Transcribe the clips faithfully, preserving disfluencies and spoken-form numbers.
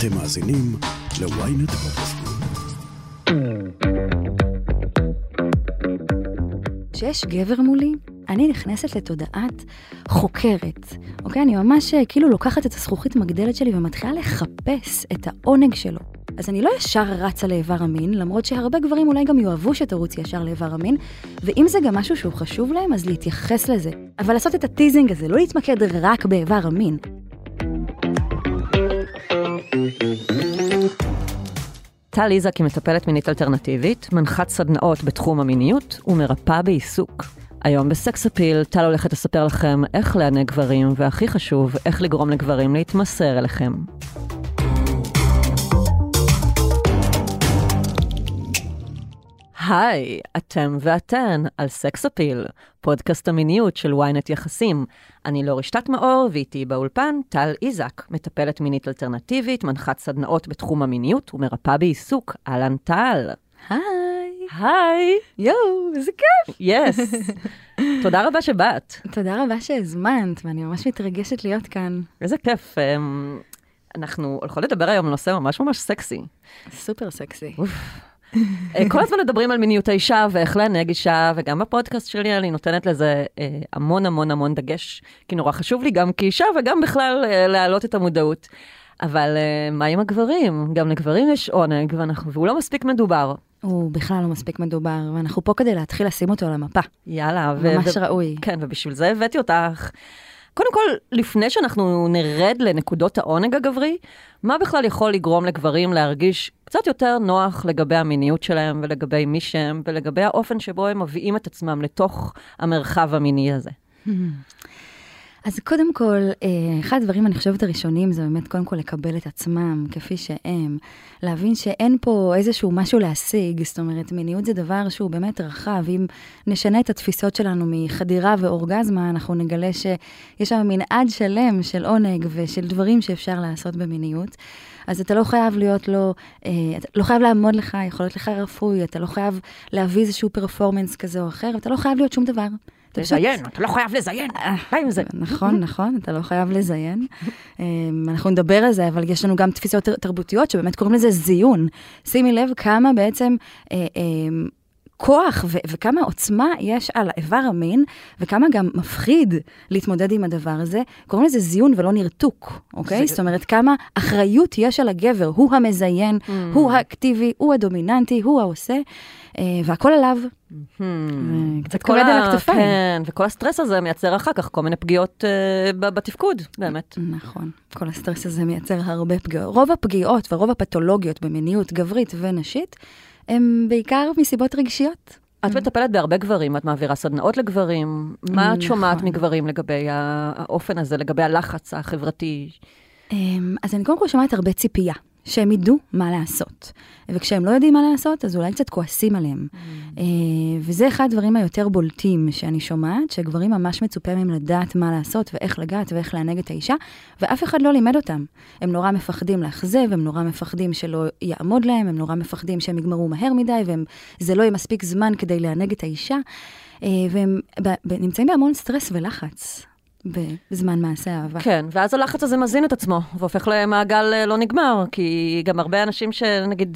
אתם מאזינים ל-ynet פודקאסטים. כשיש גבר מולי, אני נכנסת לתודעת חוקרת, אוקיי? אני ממש כאילו לוקחת את הזכוכית מגדלת שלי ומתחילה לחפש את העונג שלו. אז אני לא ישר רצה לאיבר המין, למרות שהרבה גברים אולי גם יאהבו שתרוץ ישר לאיבר המין, ואם זה גם משהו שהוא חשוב להם, אז להתייחס לזה. אבל לעשות את הטיזינג הזה, לא להתמקד רק באיבר המין. טל איזק היא מטפלת מינית אלטרנטיבית, מנחת סדנאות בתחום המיניות ומרפאה בעיסוק. היום בסקס אפיל, טל הולכת לספר לכם איך לענג גברים, והכי חשוב, איך לגרום לגברים להתמסר אליכם. היי, אתם ואתן על סקס אפיל, פודקאסט המיניות של ynet יחסים. אני לא רשתת מאור, ואיתי באולפן טל איזק, מטפלת מינית אלטרנטיבית, מנחת סדנאות בתחום המיניות ומרפאה בעיסוק. אהלן טל. היי. היי. יואו, איזה כיף. יס. תודה רבה שבאת. תודה רבה שהזמנת, ואני ממש מתרגשת להיות כאן. איזה כיף. אנחנו הולכות לדבר היום על נושא ממש ממש סקסי. סופר סקסי. כל הזמן מדברים על מיניות האישה ואיך לענג אישה, וגם בפודקאסט שלי אני נותנת לזה המון המון המון דגש, כי נורא חשוב לי גם כאישה וגם בכלל להעלות את המודעות. אבל מה עם הגברים? גם לגברים יש עונג, והוא לא מספיק מדובר. הוא בכלל לא מספיק מדובר, ואנחנו פה כדי להתחיל לשים אותו על המפה. יאללה. ממש ראוי. כן, ובשביל זה הבאתי אותך. קודם כל, לפני שאנחנו נרד לנקודות העונג הגברי, מה בכלל יכול לגרום לגברים להרגיש קצת יותר נוח לגבי המיניות שלהם ולגבי מי שהם, ולגבי האופן שבו הם מביאים את עצמם לתוך המרחב המיני הזה? אז קודם כל, אחד הדברים אני חושבת הראשונים זה באמת קודם כל לקבל את עצמם כפי שהם, להבין שאין פה איזשהו משהו להשיג, זאת אומרת, מיניות זה דבר שהוא באמת רחב, אם נשנה את התפיסות שלנו מחדירה ואורגזמה, אנחנו נגלה שיש שם מנעד שלם של עונג ושל דברים שאפשר לעשות במיניות, אז אתה לא חייב להיות לו, אתה לא חייב לעמוד לך, יכול להיות לך רפוי, אתה לא חייב להביא איזשהו פרפורמנס כזה או אחר, אתה לא חייב להיות שום דבר. לזיין, אתה לא חייב לזיין. מה עם זה? נכון, נכון, אתה לא חייב לזיין. אנחנו נדבר על זה, אבל יש לנו גם תפיסות תרבותיות שבאמת קוראים לזה זיון. שימי לב כמה בעצם כוח וכמה עוצמה יש על האיבר המין, וכמה גם מפחיד להתמודד עם הדבר הזה. קוראים לזה זיון ולא נרתוק, אוקיי? זאת אומרת, כמה אחריות יש על הגבר. הוא המזיין, הוא האקטיבי, הוא הדומיננטי, הוא העושה, והכל עליו. קצת כבד על הכתפיים. כן, וכל הסטרס הזה מייצר אחר כך כל מיני פגיעות בתפקוד, באמת. נכון, כל הסטרס הזה מייצר הרבה פגיעות. רוב הפגיעות ורוב הפתולוגיות במיניות גברית ונשית, הם בעיקר מסיבות רגשיות. את מטפלת בהרבה גברים, את מעבירה סדנאות לגברים. מה את שומעת מגברים לגבי האופן הזה, לגבי הלחץ החברתי? אז אני קודם כל שומעת הרבה ציפייה. שהם ידעו מה לעשות. וכשהם לא יודעים מה לעשות, אז אולי קצת כועסים עליהם. Mm. וזה אחד הדברים היותר בולטים שאני שומעת, שגברים ממש מצופה מהם לדעת מה לעשות, ואיך לגעת, ואיך לענג את האישה, ואף אחד לא לימד אותם. הם נורא מפחדים לאכזב, הם נורא מפחדים שלא יעמוד להם, הם נורא מפחדים שהם יגמרו מהר מדי, וזה לא יהיה מספיק זמן כדי לענג את האישה, והם נמצאים בהמון סטרס ולחץ. בזמן מעשה אהבה. כן, ואז הלחץ הזה מזין את עצמו, והופך למעגל לא נגמר, כי גם הרבה אנשים שנגיד,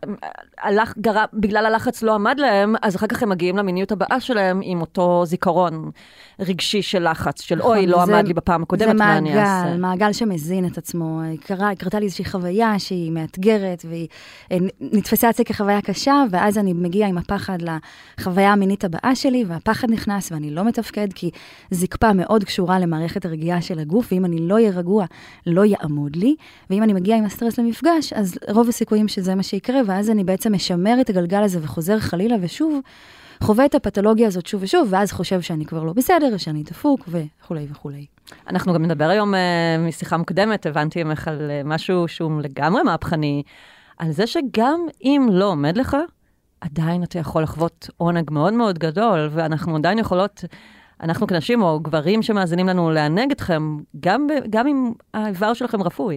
בגלל הלחץ לא עמד להם, אז אחר כך הם מגיעים למיניות הבאה שלהם עם אותו זיכרון רגשי של לחץ, של אוי, לא עמד לי בפעם הקודמת, מה אני אעשה? זה מעגל, מעגל שמזין את עצמו. קרתה לי איזושהי חוויה שהיא מאתגרת, והיא נתפסה אצלי כחוויה קשה, ואז אני מגיעה עם הפחד לחוויה המינית הבאה שלי, והפחד נכנס ואני לא מתפקד, כי זקפה מאוד קשורה למערכת הרגיעה של הגוף, ואם אני לא אהיה רגוע, לא יעמוד לי, ואם אני מגיעה עם הסטרס למפגש, אז רוב הסיכויים שזה מה שיקרה, ואז אני בעצם משמר את הגלגל הזה וחוזר חלילה ושוב, חווה את הפתולוגיה הזאת שוב ושוב, ואז חושב שאני כבר לא בסדר, שאני דפוק וכו' וכו'. אנחנו גם נדבר היום משיחה מוקדמת, הבנתי ממך על משהו שהוא לגמרי מהפכני, על זה שגם אם לא עומד לך, עדיין אתה יכול לחוות עונג מאוד מאוד גדול, ואנחנו עדיין יכולות, אנחנו כנשים או גברים שמאזינים לנו לענג אתכם, גם, גם אם האיבר שלכם רפוי.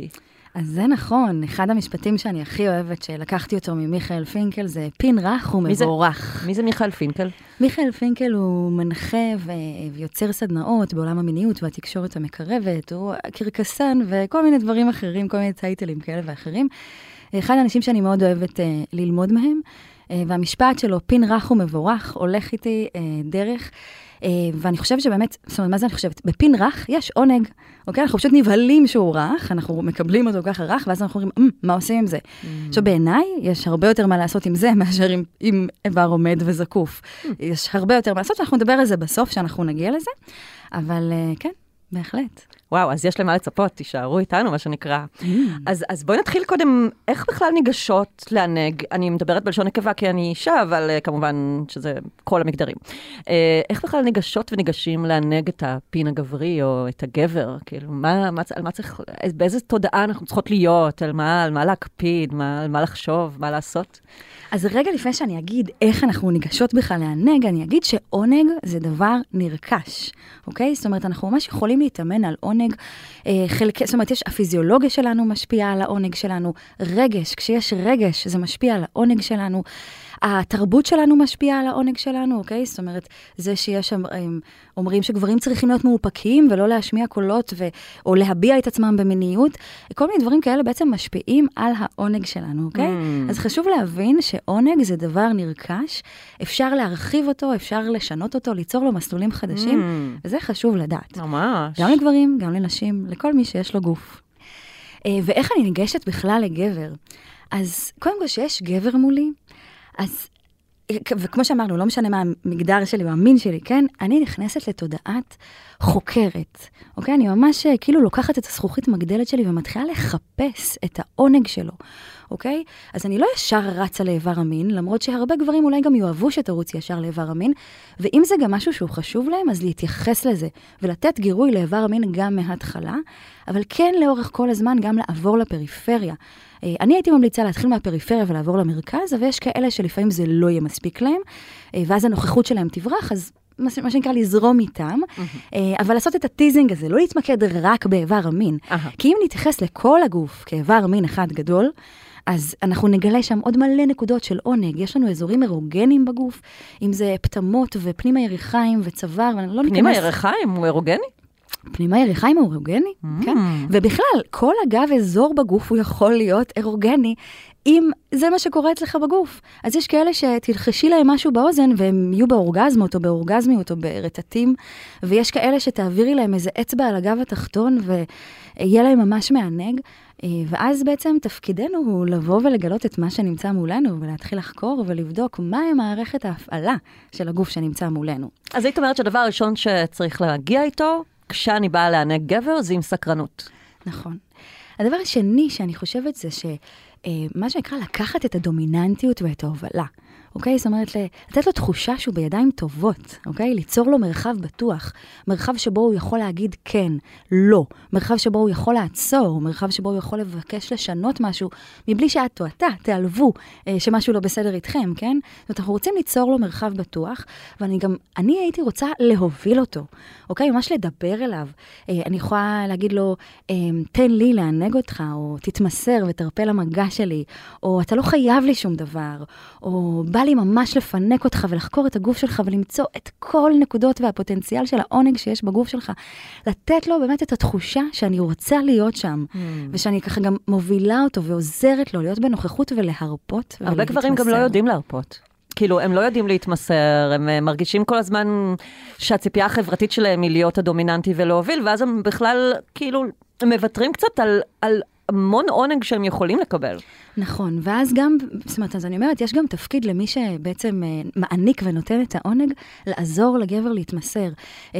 אז זה נכון, אחד המשפטים שאני הכי אוהבת, שלקחתי אותו ממיכאל פינקל, זה פין רך ומבורך. מי זה מיכאל פינקל? מיכאל פינקל הוא מנחה ו... ויוצר סדנאות בעולם המיניות והתקשורת המקרבת, הוא קרקסן וכל מיני דברים אחרים, כל מיני טייטלים כאלה ואחרים. אחד האנשים שאני מאוד אוהבת uh, ללמוד מהם, uh, והמשפט שלו, פין רך ומבורך, הולך איתי uh, דרך, uh, ואני חושבת שבאמת, זאת אומרת, מה זה אני חושבת? בפין רך יש עונג, אוקיי? אנחנו פשוט נבהלים שהוא רך, אנחנו מקבלים אותו ככה רך, ואז אנחנו אומרים, מה עושים עם זה? Mm. עכשיו, בעיניי, יש הרבה יותר מה לעשות עם זה, מאשר עם, עם איבר עומד וזקוף. Mm. יש הרבה יותר מה לעשות, שאנחנו נדבר על זה בסוף, שאנחנו נגיע לזה, אבל uh, כן, בהחלט. וואו, אז יש למה לצפות, תישארו איתנו, מה שנקרא. Mm. אז, אז בואי נתחיל קודם, איך בכלל ניגשות לענג? אני מדברת בלשון נקבה כי אני אישה, אבל uh, כמובן שזה כל המגדרים. Uh, איך בכלל ניגשות וניגשים לענג את הפין הגברי או את הגבר? כאילו, מה, מה, על מה צריך, באיזה תודעה אנחנו צריכות להיות? על מה, על מה להקפיד? מה, על מה לחשוב? מה לעשות? אז רגע לפני שאני אגיד איך אנחנו ניגשות בכלל לענג, אני אגיד שעונג זה דבר נרכש, אוקיי? זאת אומרת, אנחנו ממש יכולים להתאמן על עונג. אה, חלק, זאת אומרת, יש, הפיזיולוגיה שלנו משפיעה על העונג שלנו, רגש, כשיש רגש זה משפיע על העונג שלנו, התרבות שלנו משפיעה על העונג שלנו, אוקיי? זאת אומרת, זה שיש, אומרים שגברים צריכים להיות מאופקים ולא להשמיע קולות ו, או להביע את עצמם במיניות, כל מיני דברים כאלה בעצם משפיעים על העונג שלנו, אוקיי? Mm. אז חשוב להבין שעונג זה דבר נרכש, אפשר להרחיב אותו, אפשר לשנות אותו, ליצור לו מסלולים חדשים, mm. וזה חשוב לדעת. ממש. גם לגברים, גם לנשים, לכל מי שיש לו גוף. ואיך אני ניגשת בכלל לגבר? אז קודם כל שיש גבר מולי, אז, וכמו שאמרנו, לא משנה מה המגדר שלי או המין שלי, כן? אני נכנסת לתודעת חוקרת, אוקיי? אני ממש כאילו לוקחת את הזכוכית מגדלת שלי ומתחילה לחפש את העונג שלו, אוקיי? אז אני לא ישר רצה לאיבר המין, למרות שהרבה גברים אולי גם יאהבו שתרוץ ישר לאיבר המין, ואם זה גם משהו שהוא חשוב להם, אז להתייחס לזה, ולתת גירוי לאיבר המין גם מההתחלה, אבל כן לאורך כל הזמן גם לעבור לפריפריה. אני הייתי ממליצה להתחיל מהפריפריה ולעבור למרכז, אבל יש כאלה שלפעמים זה לא יהיה מספיק להם, ואז הנוכחות שלהם תברח, אז מה שנקרא לזרום איתם, אבל לעשות את הטיזינג הזה, לא להתמקד רק באיבר המין, כי אם נתייחס לכל הגוף כאיבר מין אחד גדול, אז אנחנו נגלה שם עוד מלא נקודות של עונג. יש לנו אזורים אירוגנים בגוף, אם זה פטמות ופנים הירכיים וצוואר, ולא ניכנס... פנים הירכיים הוא אירוגני? פנים הירכיים הוא אירוגני, mm. כן? ובכלל, כל הגב אזור בגוף הוא יכול להיות אירוגני, אם זה מה שקורה אצלך בגוף. אז יש כאלה שתלחשי להם משהו באוזן, והם יהיו באורגזמות או באורגזמיות או ברטטים, ויש כאלה שתעבירי להם איזה אצבע על הגב התחתון, ויהיה להם ממש מענג, ואז בעצם תפקידנו הוא לבוא ולגלות את מה שנמצא מולנו, ולהתחיל לחקור ולבדוק מהי מערכת ההפעלה של הגוף שנמצא מולנו. אז היית אומרת שהדבר הראשון שצריך להגיע איתו, כשאני באה לענג גבר, זה עם סקרנות. נכון. הדבר השני שאני חושבת זה שמה שנקרא לקחת את הדומיננטיות ואת ההובלה. אוקיי? זאת אומרת, לתת לו תחושה שהוא בידיים טובות, אוקיי? ליצור לו מרחב בטוח, מרחב שבו הוא יכול להגיד כן, לא, מרחב שבו הוא יכול לעצור, מרחב שבו הוא יכול לבקש לשנות משהו, מבלי שאת או אתה תעלבו אה, שמשהו לא בסדר איתכם, כן? זאת אומרת, אנחנו רוצים ליצור לו מרחב בטוח, ואני גם, אני הייתי רוצה להוביל אותו, אוקיי? ממש לדבר אליו. אה, אני יכולה להגיד לו, אה, תן לי לענג אותך, או תתמסר ותרפא למגע שלי, או אתה לא חייב לי שום דבר, או בא לי ממש לפנק אותך ולחקור את הגוף שלך ולמצוא את כל נקודות והפוטנציאל של העונג שיש בגוף שלך. לתת לו באמת את התחושה שאני רוצה להיות שם, mm. ושאני ככה גם מובילה אותו ועוזרת לו להיות בנוכחות ולהרפות. הרבה גברים גם לא יודעים להרפות. כאילו, הם לא יודעים להתמסר, הם מרגישים כל הזמן שהציפייה החברתית שלהם היא להיות הדומיננטי ולהוביל, ואז הם בכלל כאילו מוותרים קצת על... על המון עונג שהם יכולים לקבל. נכון, ואז גם, זאת אומרת, אז אני אומרת, יש גם תפקיד למי שבעצם מעניק ונותן את העונג, לעזור לגבר להתמסר,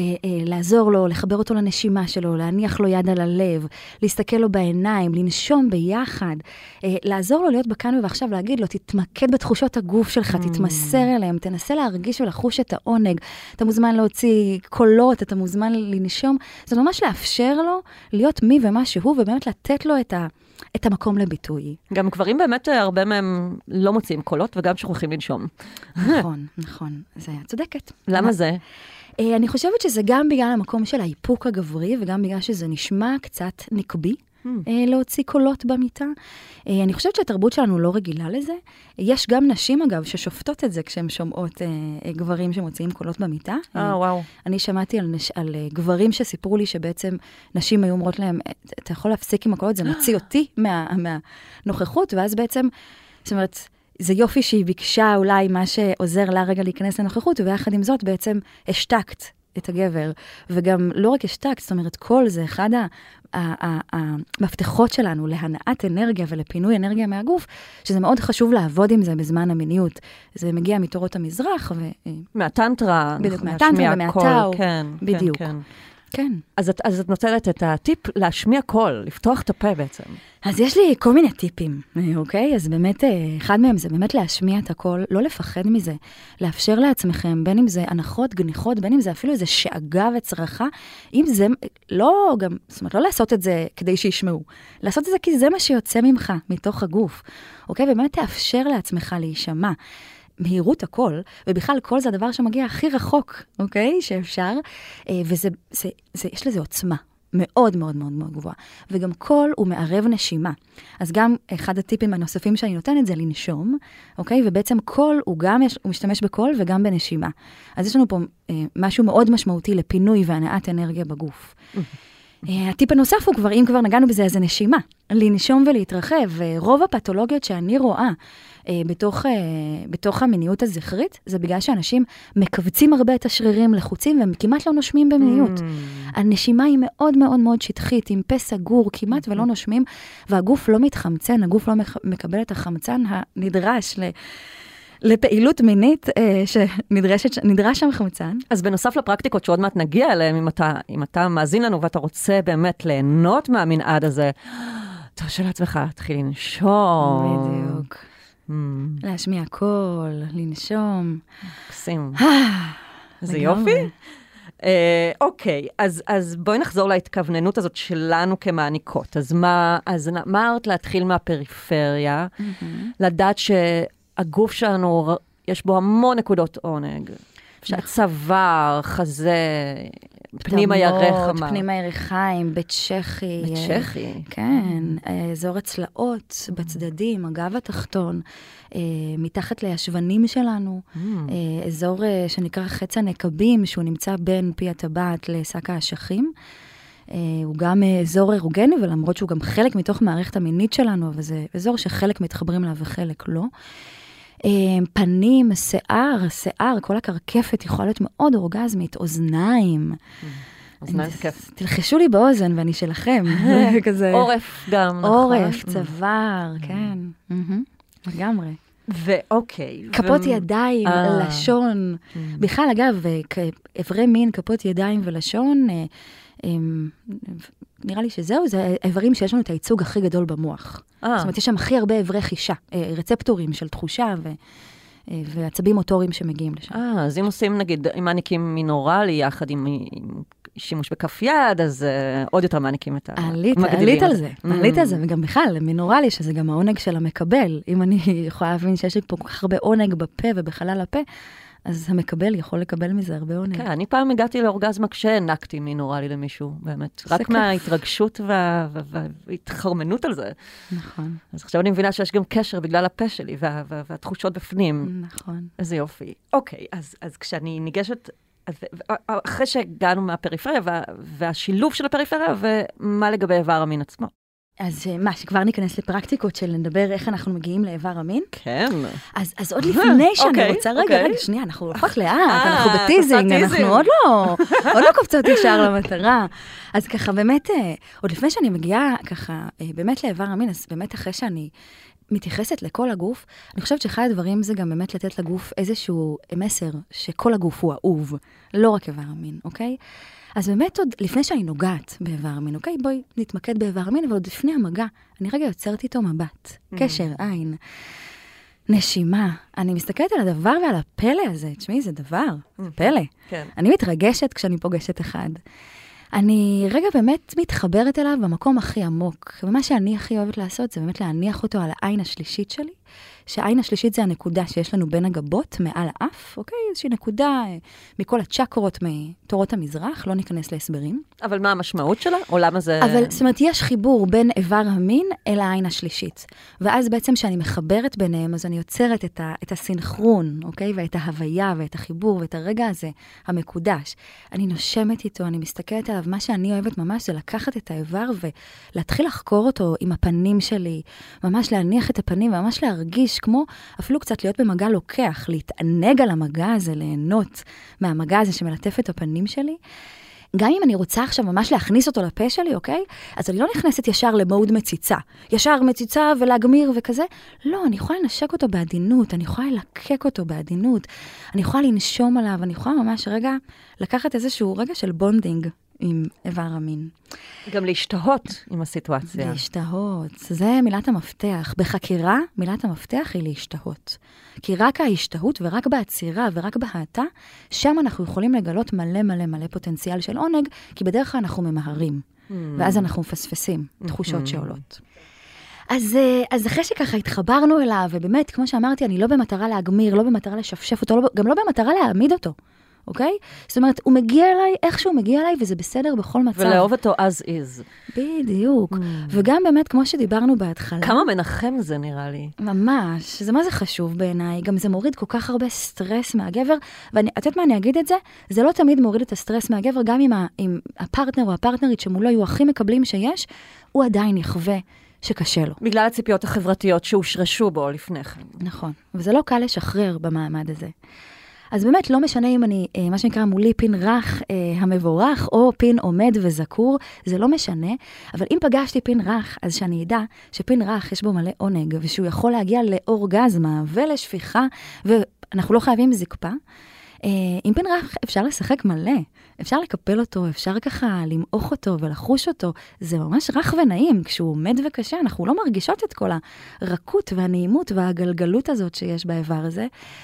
לעזור לו, לחבר אותו לנשימה שלו, להניח לו יד על הלב, להסתכל לו בעיניים, לנשום ביחד, לעזור לו להיות בכאן ובעכשיו, להגיד לו, תתמקד בתחושות הגוף שלך, תתמסר אליהם, תנסה להרגיש ולחוש את העונג, אתה מוזמן להוציא קולות, אתה מוזמן לנשום, זה ממש לאפשר לו להיות מי ומה שהוא, ובאמת לתת לו את ה... את המקום לביטוי. גם גברים באמת, הרבה מהם לא מוציאים קולות, וגם שוכחים לנשום. נכון, נכון. זה צודקת. למה זה? אני חושבת שזה גם בגלל המקום של האיפוק הגברי, וגם בגלל שזה נשמע קצת נקבי, להוציא קולות במיטה. אני חושבת שהתרבות שלנו לא רגילה לזה. יש גם נשים, אגב, ששופטות את זה כשהן שומעות גברים שמוציאים קולות במיטה. אה, וואו. אני שמעתי על, נש... על גברים שסיפרו לי שבעצם נשים היו אומרות להם, אתה יכול להפסיק עם הקולות, זה מוציא אותי מה... מהנוכחות, ואז בעצם, זאת אומרת, זה יופי שהיא ביקשה אולי מה שעוזר לה רגע להיכנס לנוכחות, ויחד עם זאת בעצם השתקת את הגבר, וגם לא רק השתקת, זאת אומרת, כל זה אחד המפתחות שלנו להנעת אנרגיה ולפינוי אנרגיה מהגוף, שזה מאוד חשוב לעבוד עם זה בזמן המיניות. זה מגיע מתורות המזרח. ו... מהטנטרה. בדיוק, מהטנטרה ומהטאו. כן, בדיוק. כן, כן. כן. אז את, אז את נותנת את הטיפ להשמיע קול, לפתוח את הפה בעצם. אז יש לי כל מיני טיפים, אוקיי? אז באמת, אחד מהם זה באמת להשמיע את הקול, לא לפחד מזה, לאפשר לעצמכם, בין אם זה הנחות, גניחות, בין אם זה אפילו איזה שאגה וצרחה, אם זה, לא גם, זאת אומרת, לא לעשות את זה כדי שישמעו, לעשות את זה כי זה מה שיוצא ממך, מתוך הגוף, אוקיי? ובאמת תאפשר לעצמך להישמע. מהירות הכל, ובכלל כל זה הדבר שמגיע הכי רחוק, אוקיי? שאפשר, וזה, זה, זה, יש לזה עוצמה מאוד מאוד מאוד מאוד גבוהה. וגם קול הוא מערב נשימה. אז גם אחד הטיפים הנוספים שאני נותנת זה לנשום, אוקיי? ובעצם קול הוא גם, יש, הוא משתמש בקול וגם בנשימה. אז יש לנו פה אה, משהו מאוד משמעותי לפינוי והנעת אנרגיה בגוף. הטיפ הנוסף הוא כבר, אם כבר נגענו בזה, אז זה נשימה. לנשום ולהתרחב. רוב הפתולוגיות שאני רואה אה, בתוך, אה, בתוך המיניות הזכרית, זה בגלל שאנשים מקבצים הרבה את השרירים לחוצים, והם כמעט לא נושמים במיניות. Mm. הנשימה היא מאוד מאוד מאוד שטחית, עם פה סגור, כמעט ולא נושמים, והגוף לא מתחמצן, הגוף לא מקבל את החמצן הנדרש ל... לפעילות מינית אה, שנדרש שם חמצן. אז בנוסף לפרקטיקות שעוד מעט נגיע אליהם, אם אתה, אם אתה מאזין לנו ואתה רוצה באמת ליהנות מהמנעד הזה, תרשה לעצמך, תתחיל לנשום. בדיוק. Mm. להשמיע קול, לנשום. קסים. זה יופי? אה, אוקיי, אז, אז בואי נחזור להתכווננות הזאת שלנו כמעניקות. אז מה, אז מה אמרת להתחיל מהפריפריה? Mm-hmm. לדעת ש... הגוף שלנו, יש בו המון נקודות עונג. צוואר, חזה, פנים הירך. פנים הירכיים, בית שכי. בית שכי. כן, אזור הצלעות, בצדדים, הגב התחתון, מתחת לישבנים שלנו, אזור שנקרא חץ הנקבים, שהוא נמצא בין פי הטבעת לשק האשכים. הוא גם אזור אירוגני, ולמרות שהוא גם חלק מתוך מערכת המינית שלנו, אבל זה אזור שחלק מתחברים לה וחלק לא. פנים, שיער, שיער, כל הקרקפת יכולה להיות מאוד אורגזמית, אוזניים. אוזניים כיף. תלחשו לי באוזן ואני שלכם. עורף גם, נכון? עורף, צוואר, כן. לגמרי. ואוקיי. כפות ידיים, לשון. בכלל, אגב, אברי מין, כפות ידיים ולשון, נראה לי שזהו, זה איברים שיש לנו את הייצוג הכי גדול במוח. זאת אומרת, יש שם הכי הרבה איברי חישה, רצפטורים של תחושה ועצבים מוטוריים שמגיעים לשם. אה, אז אם עושים, נגיד, אם מעניקים מינורלי יחד עם שימוש בכף יד, אז עוד יותר מעניקים את המגדילים. עלית על זה, עלית על זה, וגם בכלל, מינורלי, שזה גם העונג של המקבל. אם אני יכולה להבין שיש לי פה כל כך הרבה עונג בפה ובחלל הפה, אז המקבל יכול לקבל מזה הרבה עונג. כן, אני פעם הגעתי לאורגזמה כשהענקתי מינורלי למישהו, באמת. רק מההתרגשות וההתחרמנות על זה. נכון. אז עכשיו אני מבינה שיש גם קשר בגלל הפה שלי והתחושות בפנים. נכון. איזה יופי. אוקיי, אז כשאני ניגשת, אחרי שהגענו מהפריפריה והשילוב של הפריפריה, ומה לגבי איבר המין עצמו? אז מה, שכבר ניכנס לפרקטיקות של לדבר איך אנחנו מגיעים לאיבר המין? כן. אז, אז עוד לפני שאני רוצה, רגע, רגע, שנייה, אנחנו הולכות לאט, אנחנו בטיזינג, אנחנו עוד לא, עוד לא קופצות ישר למטרה. אז ככה, באמת, עוד לפני שאני מגיעה ככה, באמת לאיבר המין, אז באמת אחרי שאני מתייחסת לכל הגוף, אני חושבת שאחד הדברים זה גם באמת לתת לגוף איזשהו מסר, שכל הגוף הוא אהוב, לא רק איבר המין, אוקיי? אז באמת עוד לפני שאני נוגעת באיבר המין, אוקיי? בואי נתמקד באיבר המין, אבל עוד לפני המגע, אני רגע יוצרת איתו מבט, קשר, עין, נשימה. אני מסתכלת על הדבר ועל הפלא הזה. תשמעי, זה דבר, זה פלא. כן. אני מתרגשת כשאני פוגשת אחד. אני רגע באמת מתחברת אליו במקום הכי עמוק. ומה שאני הכי אוהבת לעשות, זה באמת להניח אותו על העין השלישית שלי, שהעין השלישית זה הנקודה שיש לנו בין הגבות, מעל האף, אוקיי? איזושהי נקודה מכל הצ'קרות מתורות המזרח, לא ניכנס להסברים. אבל מה המשמעות שלה? או למה זה... אבל, זאת אומרת, יש חיבור בין איבר המין אל העין השלישית. ואז בעצם כשאני מחברת ביניהם, אז אני יוצרת את, ה, את הסינכרון, אוקיי? ואת ההוויה ואת החיבור ואת הרגע הזה, המקודש. אני נושמת איתו, אני מסתכלת עליו. מה שאני אוהבת ממש זה לקחת את האיבר ולהתחיל לחקור אותו עם הפנים שלי, ממש להניח את הפנים וממש להרגיש כמו אפילו קצת להיות במגע לוקח, להתענג על המגע הזה, ליהנות מהמגע הזה שמלטף את הפנים שלי. גם אם אני רוצה עכשיו ממש להכניס אותו לפה שלי, אוקיי? אז אני לא נכנסת ישר למוד מציצה. ישר מציצה ולהגמיר וכזה. לא, אני יכולה לנשק אותו בעדינות, אני יכולה ללקק אותו בעדינות, אני יכולה לנשום עליו, אני יכולה ממש רגע לקחת איזשהו רגע של בונדינג עם איבר המין. גם להשתהות עם הסיטואציה. להשתהות, זה מילת המפתח. בחקירה, מילת המפתח היא להשתהות. כי רק ההשתהות ורק בעצירה ורק בהעתה, שם אנחנו יכולים לגלות מלא מלא מלא פוטנציאל של עונג, כי בדרך כלל אנחנו ממהרים, mm. ואז אנחנו מפספסים תחושות mm. שעולות. אז, אז אחרי שככה התחברנו אליו, ובאמת, כמו שאמרתי, אני לא במטרה להגמיר, לא במטרה לשפשף אותו, לא, גם לא במטרה להעמיד אותו. אוקיי? זאת אומרת, הוא מגיע אליי, איך שהוא מגיע אליי, וזה בסדר בכל מצב. ולאהוב אותו as is. בדיוק. Mm. וגם באמת, כמו שדיברנו בהתחלה. כמה מנחם זה נראה לי. ממש. זה מה זה חשוב בעיניי. גם זה מוריד כל כך הרבה סטרס מהגבר. ואני, את יודעת מה, אני אגיד את זה? זה לא תמיד מוריד את הסטרס מהגבר, גם אם, ה, אם הפרטנר או הפרטנרית שמולו יהיו הכי מקבלים שיש, הוא עדיין יחווה שקשה לו. בגלל הציפיות החברתיות שהושרשו בו לפני כן. נכון. וזה לא קל לשחרר במעמד הזה. אז באמת לא משנה אם אני, מה שנקרא מולי פין רך המבורך, או פין עומד וזקור, זה לא משנה, אבל אם פגשתי פין רך, אז שאני אדע שפין רך יש בו מלא עונג, ושהוא יכול להגיע לאורגזמה ולשפיכה, ואנחנו לא חייבים זקפה. עם פין רך אפשר לשחק מלא, אפשר לקפל אותו, אפשר ככה למעוך אותו ולחוש אותו, זה ממש רך ונעים, כשהוא עומד וקשה, אנחנו לא מרגישות את כל הרכות והנעימות והגלגלות הזאת שיש באיבר הזה.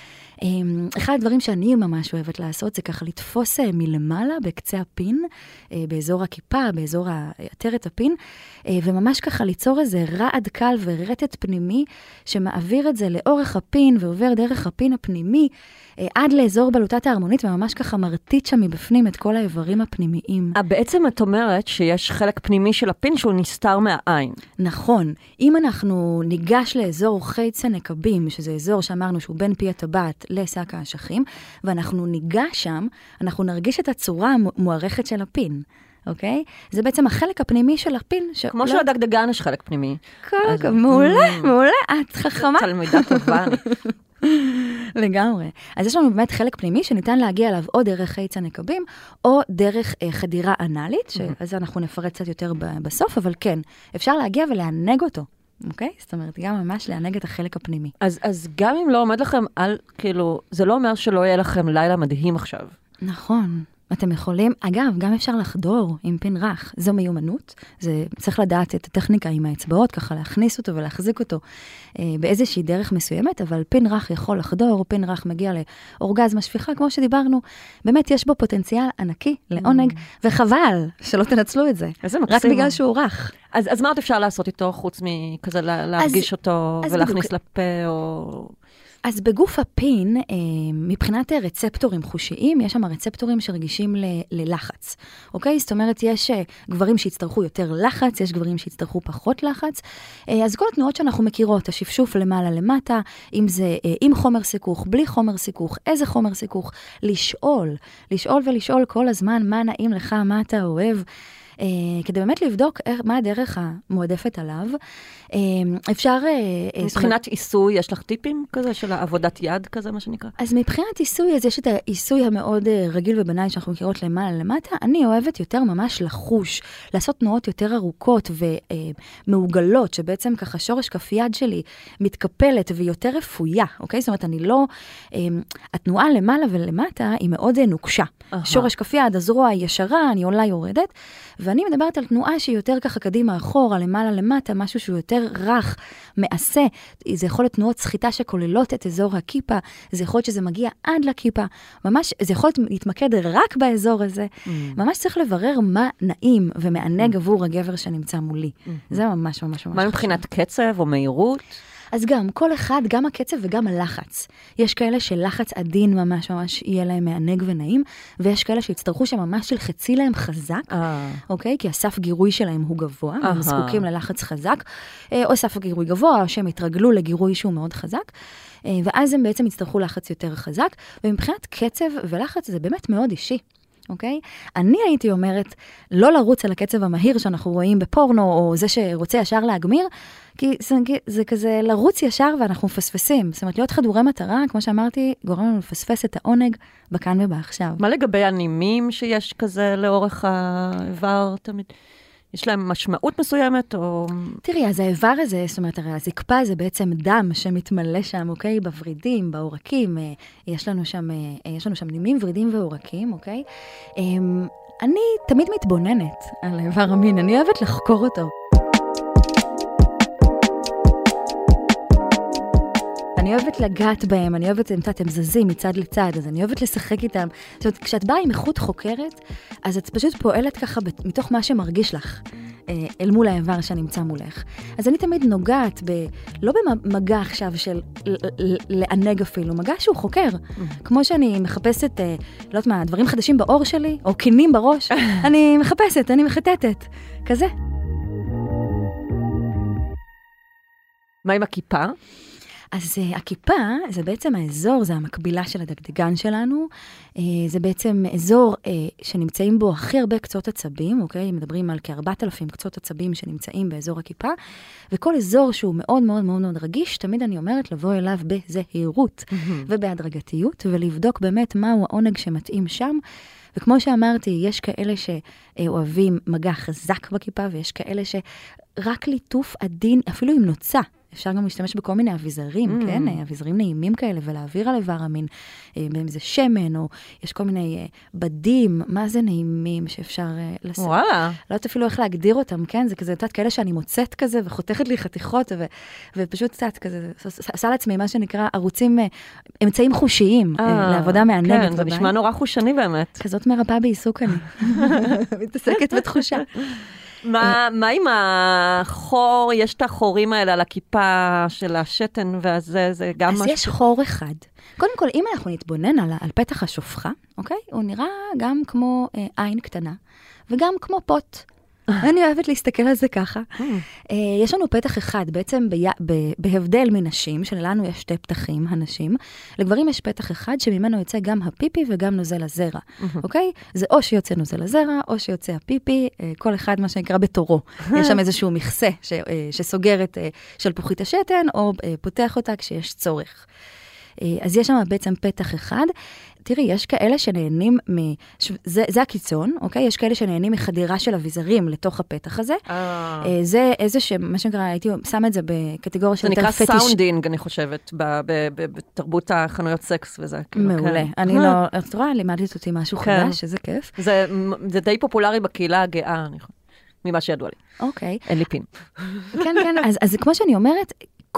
אחד הדברים שאני ממש אוהבת לעשות, זה ככה לתפוס מלמעלה בקצה הפין, באזור הכיפה, באזור עטרת הפין, וממש ככה ליצור איזה רעד קל ורטט פנימי, שמעביר את זה לאורך הפין, ועובר דרך הפין הפנימי, עד לאזור בלוטת ההרמונית, וממש ככה מרטיט שם מבפנים את כל האיברים הפנימיים. בעצם את אומרת שיש חלק פנימי של הפין שהוא נסתר מהעין. נכון. אם אנחנו ניגש לאזור חיץ הנקבים, שזה אזור שאמרנו שהוא בין פי הטבעת לשק האשכים, ואנחנו ניגש שם, אנחנו נרגיש את הצורה המוערכת של הפין. אוקיי? זה בעצם החלק הפנימי של הפין. כמו של הדגדגן יש חלק פנימי. כל מעולה, מעולה, את חכמה. תלמידה טובה. לגמרי. אז יש לנו באמת חלק פנימי שניתן להגיע אליו או דרך חיץ הנקבים, או דרך אה, חדירה אנלית, שעל אנחנו נפרט קצת יותר בסוף, אבל כן, אפשר להגיע ולענג אותו. אוקיי? זאת אומרת, גם ממש לענג את החלק הפנימי. אז, אז גם אם לא עומד לכם על, כאילו, זה לא אומר שלא יהיה לכם לילה מדהים עכשיו. נכון. אתם יכולים, אגב, גם אפשר לחדור עם פין רך, זו מיומנות, זה צריך לדעת את הטכניקה עם האצבעות, ככה להכניס אותו ולהחזיק אותו אה, באיזושהי דרך מסוימת, אבל פין רך יכול לחדור, פין רך מגיע לאורגזמה שפיכה, כמו שדיברנו, באמת יש בו פוטנציאל ענקי לעונג, mm. וחבל שלא תנצלו את זה, רק בגלל שהוא רך. אז, אז מה עוד אפשר לעשות איתו, חוץ מכזה להרגיש אז, אותו אז ולהכניס בדיוק. לפה או... אז בגוף הפין, מבחינת רצפטורים חושיים, יש שם רצפטורים שרגישים ל- ללחץ. אוקיי? זאת אומרת, יש גברים שיצטרכו יותר לחץ, יש גברים שיצטרכו פחות לחץ. אז כל התנועות שאנחנו מכירות, השפשוף למעלה למטה, אם זה עם חומר סיכוך, בלי חומר סיכוך, איזה חומר סיכוך, לשאול, לשאול ולשאול כל הזמן מה נעים לך, מה אתה אוהב. Uh, כדי באמת לבדוק איך, מה הדרך המועדפת עליו. Uh, אפשר... Uh, מבחינת עיסוי, יש לך טיפים כזה של עבודת יד כזה, מה שנקרא? אז מבחינת עיסוי, אז יש את העיסוי המאוד uh, רגיל ובנאי שאנחנו מכירות למעלה למטה. אני אוהבת יותר ממש לחוש, לעשות תנועות יותר ארוכות ומעוגלות, uh, שבעצם ככה שורש כף יד שלי מתקפלת ויותר רפויה, אוקיי? זאת אומרת, אני לא... Uh, התנועה למעלה ולמטה היא מאוד uh, נוקשה. Uh-huh. שורש כף יד, הזרוע היא ישרה, אני עולה יורדת, ואני מדברת על תנועה שהיא יותר ככה קדימה אחורה, למעלה למטה, משהו שהוא יותר רך, מעשה. זה יכול להיות תנועות סחיטה שכוללות את אזור הכיפה, זה יכול להיות שזה מגיע עד לכיפה, ממש, זה יכול להיות להתמקד רק באזור הזה. Mm. ממש צריך לברר מה נעים ומענג mm. עבור הגבר שנמצא מולי. Mm-hmm. זה ממש ממש ממש. מה מבחינת קצב או מהירות? אז גם, כל אחד, גם הקצב וגם הלחץ. יש כאלה שלחץ עדין ממש ממש יהיה להם מענג ונעים, ויש כאלה שיצטרכו שממש שלחצי להם חזק, אוקיי? כי הסף גירוי שלהם הוא גבוה, הם זקוקים ללחץ חזק, או סף גירוי גבוה, או שהם יתרגלו לגירוי שהוא מאוד חזק, ואז הם בעצם יצטרכו לחץ יותר חזק, ומבחינת קצב ולחץ זה באמת מאוד אישי. אוקיי? אני הייתי אומרת, לא לרוץ על הקצב המהיר שאנחנו רואים בפורנו, או זה שרוצה ישר להגמיר, כי זה, זה כזה לרוץ ישר ואנחנו מפספסים. זאת אומרת, להיות חדורי מטרה, כמו שאמרתי, גורם לנו לפספס את העונג בכאן ובעכשיו. מה לגבי הנימים שיש כזה לאורך האיבר תמיד? יש להם משמעות מסוימת, או... תראי, אז האיבר הזה, זאת אומרת, הרי הזקפה זה בעצם דם שמתמלא שם, אוקיי? בוורידים, בעורקים, יש לנו שם, יש לנו שם נימים, ורידים ועורקים, אוקיי? אני תמיד מתבוננת על האיבר המין, אני אוהבת לחקור אותו. אני אוהבת לגעת בהם, אני אוהבת, הם זזים מצד לצד, אז אני אוהבת לשחק איתם. זאת אומרת, כשאת באה עם איכות חוקרת, אז את פשוט פועלת ככה מתוך מה שמרגיש לך, אל מול האיבר שנמצא מולך. אז אני תמיד נוגעת, ב, לא במגע עכשיו של לענג אפילו, מגע שהוא חוקר. כמו שאני מחפשת, לא יודעת מה, דברים חדשים באור שלי, או קינים בראש, אני מחפשת, אני מחטטת. כזה. מה עם הכיפה? אז uh, הכיפה, זה בעצם האזור, זה המקבילה של הדגדגן שלנו, uh, זה בעצם אזור uh, שנמצאים בו הכי הרבה קצות עצבים, אוקיי? מדברים על כ-ארבעת אלפים קצות עצבים שנמצאים באזור הכיפה, וכל אזור שהוא מאוד מאוד מאוד מאוד רגיש, תמיד אני אומרת לבוא אליו בזהירות mm-hmm. ובהדרגתיות, ולבדוק באמת מהו העונג שמתאים שם, וכמו שאמרתי, יש כאלה שאוהבים מגע חזק בכיפה, ויש כאלה שרק ליטוף עדין, אפילו עם נוצה, אפשר גם להשתמש בכל מיני אביזרים, mm. כן? אביזרים נעימים כאלה, ולהעביר על איבר המין, אם זה שמן, או יש כל מיני בדים, מה זה נעימים שאפשר לעשות. וואלה. לא יודעת אפילו איך להגדיר אותם, כן? זה כזה, יודעת, כאלה שאני מוצאת כזה, וחותכת לי חתיכות, ו- ופשוט קצת כזה, עשה לעצמי מה שנקרא ערוצים, אמצעים חושיים, אה, לעבודה מענגת. כן, זה נשמע נורא חושני באמת. כזאת מרפאה בעיסוק אני. מתעסקת בתחושה. מה, מה עם החור, יש את החורים האלה על הכיפה של השתן, וזה זה גם אז משהו... יש חור אחד. קודם כל, אם אנחנו נתבונן על, על פתח השופחה, אוקיי? הוא נראה גם כמו אה, עין קטנה, וגם כמו פוט. אני אוהבת להסתכל על זה ככה. אה, יש לנו פתח אחד, בעצם ב, ב, בהבדל מנשים, שלנו יש שתי פתחים, הנשים. לגברים יש פתח אחד, שממנו יוצא גם הפיפי וגם נוזל הזרע. אוקיי? זה או שיוצא נוזל הזרע, או שיוצא הפיפי, אה, כל אחד מה שנקרא בתורו. יש שם איזשהו מכסה ש, אה, שסוגר את אה, שלפוחית השתן, או אה, פותח אותה כשיש צורך. אה, אז יש שם בעצם פתח אחד. תראי, יש כאלה שנהנים מ... זה, זה הקיצון, אוקיי? יש כאלה שנהנים מחדירה של אביזרים לתוך הפתח הזה. אה. זה איזה ש... מה שנקרא, הייתי שם את זה בקטגוריה של יותר פטיש. זה נקרא סאונדינג, אני חושבת, בתרבות החנויות סקס וזה. מעולה. אני לא... את רואה, לימדת אותי משהו חדש, שזה כיף. זה די פופולרי בקהילה הגאה, אני חושבת. ממה שידוע לי. אוקיי. אין לי פין. כן, כן. אז כמו שאני אומרת,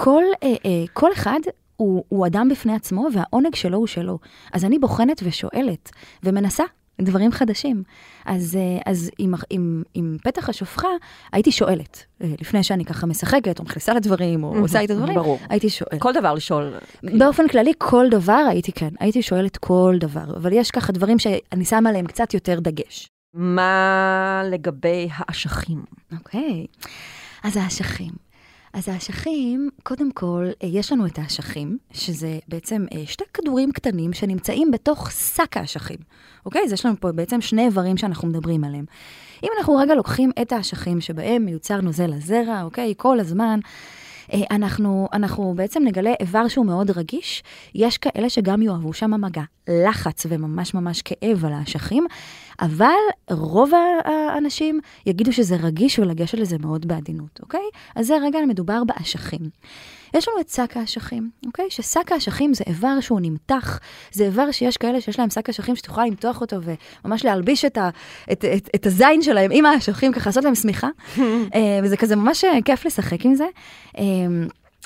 כל אחד... הוא, הוא אדם בפני עצמו, והעונג שלו הוא שלו. אז אני בוחנת ושואלת, ומנסה דברים חדשים. אז, אז עם, עם, עם פתח השופחה, הייתי שואלת, לפני שאני ככה משחקת, או מכניסה לדברים, או עושה את הדברים, ברור. הייתי שואלת. כל דבר לשאול. באופן כללי, כל דבר הייתי כן, הייתי שואלת כל דבר, אבל יש ככה דברים שאני שמה עליהם קצת יותר דגש. מה לגבי האשכים? אוקיי, אז האשכים. אז האשכים, קודם כל, יש לנו את האשכים, שזה בעצם שתי כדורים קטנים שנמצאים בתוך שק האשכים. אוקיי? אז יש לנו פה בעצם שני איברים שאנחנו מדברים עליהם. אם אנחנו רגע לוקחים את האשכים שבהם מיוצר נוזל הזרע, אוקיי? כל הזמן, אנחנו, אנחנו בעצם נגלה איבר שהוא מאוד רגיש. יש כאלה שגם יאהבו שם מגע, לחץ וממש ממש כאב על האשכים, אבל רוב האנשים יגידו שזה רגיש ולגשת לזה מאוד בעדינות, אוקיי? אז זה רגע מדובר באשכים. יש לנו את שק האשכים, אוקיי? ששק האשכים זה איבר שהוא נמתח, זה איבר שיש כאלה שיש להם שק האשכים שתוכל למתוח אותו וממש להלביש את, ה, את, את, את הזין שלהם עם האשכים, ככה לעשות להם סמיכה, וזה כזה ממש כיף לשחק עם זה.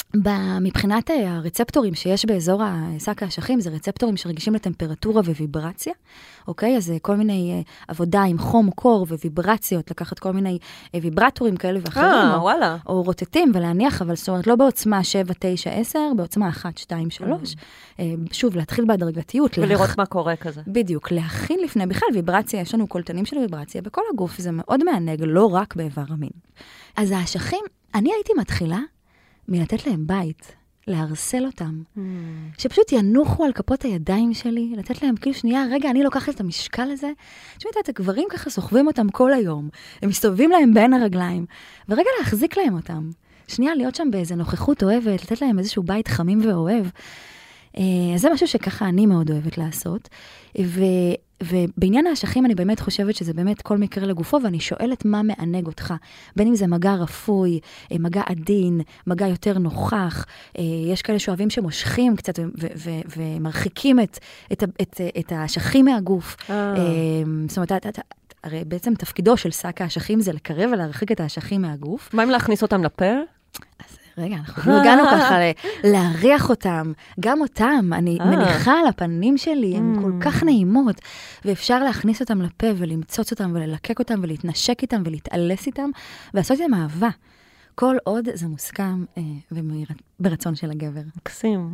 מבחינת הרצפטורים שיש באזור השק האשכים, זה רצפטורים שרגישים לטמפרטורה וויברציה, אוקיי? אז כל מיני עבודה עם חום, קור וויברציות, לקחת כל מיני ויברטורים כאלה ואחרים, אה, או, וואלה. או רוטטים ולהניח, אבל זאת אומרת, לא בעוצמה שבע, תשע, עשר, בעוצמה אחת, שתיים, שלוש. שוב, להתחיל בהדרגתיות. ולראות להכ... מה קורה כזה. בדיוק, להכין לפני, בכלל ויברציה, יש לנו קולטנים של ויברציה בכל הגוף, זה מאוד מענג, לא רק באיבר המין. אז האשכים, אני הייתי מתחילה מלתת להם בית, להרסל אותם, mm. שפשוט ינוחו על כפות הידיים שלי, לתת להם כאילו שנייה, רגע, אני לוקחת את המשקל הזה, תשמעית, את הגברים ככה סוחבים אותם כל היום, הם מסתובבים להם בין הרגליים, ורגע להחזיק להם אותם, שנייה להיות שם באיזו נוכחות אוהבת, לתת להם איזשהו בית חמים ואוהב, אז זה משהו שככה אני מאוד אוהבת לעשות, ו... ובעניין האשכים אני באמת חושבת שזה באמת כל מקרה לגופו, ואני שואלת מה מענג אותך, בין אם זה מגע רפוי, מגע עדין, מגע יותר נוכח, יש כאלה שאוהבים שמושכים קצת ו- ו- ומרחיקים את, את, את, את האשכים מהגוף. זאת אומרת, הרי בעצם תפקידו של שק האשכים זה לקרב ולהרחיק את האשכים מהגוף. מה אם להכניס אותם לפה? אז רגע, אנחנו הגענו ככה להריח אותם, גם אותם, אני מניחה על הפנים שלי, הן כל כך נעימות, ואפשר להכניס אותם לפה ולמצוץ אותם וללקק אותם ולהתנשק איתם ולהתעלס איתם, ולעשות איתם אהבה. כל עוד זה מוסכם וברצון של הגבר. מקסים.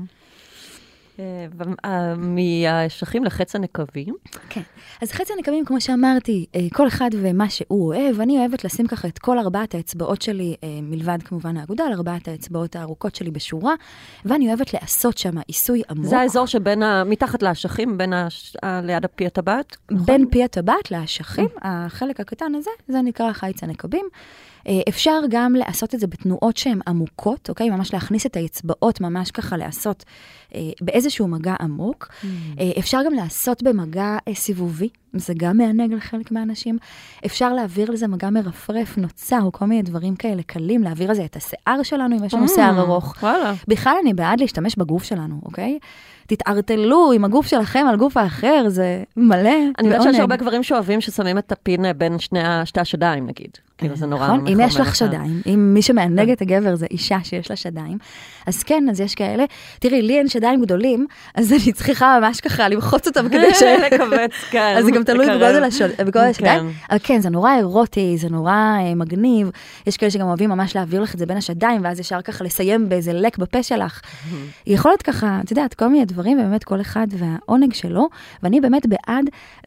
מהאשכים לחץ הנקבים. כן. אז חץ הנקבים, כמו שאמרתי, כל אחד ומה שהוא אוהב, אני אוהבת לשים ככה את כל ארבעת האצבעות שלי, מלבד כמובן האגודה, על ארבעת האצבעות הארוכות שלי בשורה, ואני אוהבת לעשות שם עיסוי עמוק. זה האזור שבין, מתחת לאשכים, בין ליד הפי הטבעת? בין פי הטבעת לאשכים, החלק הקטן הזה, זה נקרא חיץ הנקבים. אפשר גם לעשות את זה בתנועות שהן עמוקות, אוקיי? ממש להכניס את האצבעות, ממש ככה לעשות אה, באיזשהו מגע עמוק. Mm. אה, אפשר גם לעשות במגע אה, סיבובי, זה גם מענג לחלק מהאנשים. אפשר להעביר לזה מגע מרפרף, נוצה, או כל מיני דברים כאלה קלים, להעביר לזה את השיער שלנו, אם יש לנו mm. שיער ארוך. וואלה. בכלל אני בעד להשתמש בגוף שלנו, אוקיי? תתערטלו עם הגוף שלכם על גוף האחר, זה מלא. אני יודעת שיש הרבה גברים שאוהבים ששמים את הפין בין שני, שתי השדיים, נגיד. כאילו זה נורא נכון, אם יש לך שדיים, אם מי שמענג את הגבר זה אישה שיש לה שדיים, אז כן, אז יש כאלה. תראי, לי אין שדיים גדולים, אז אני צריכה ממש ככה למחוץ אותם כדי ש... לקבץ, כן. אז זה גם תלוי בגודל השדיים. אבל כן, זה נורא אירוטי, זה נורא מגניב. יש כאלה שגם אוהבים ממש להעביר לך את זה בין השדיים, ואז ישר ככה לסיים באיזה לק בפה שלך. יכול להיות ככה, את יודעת, כל מיני דברים, ובאמת כל אחד והעונג שלו, ואני באמת בעד...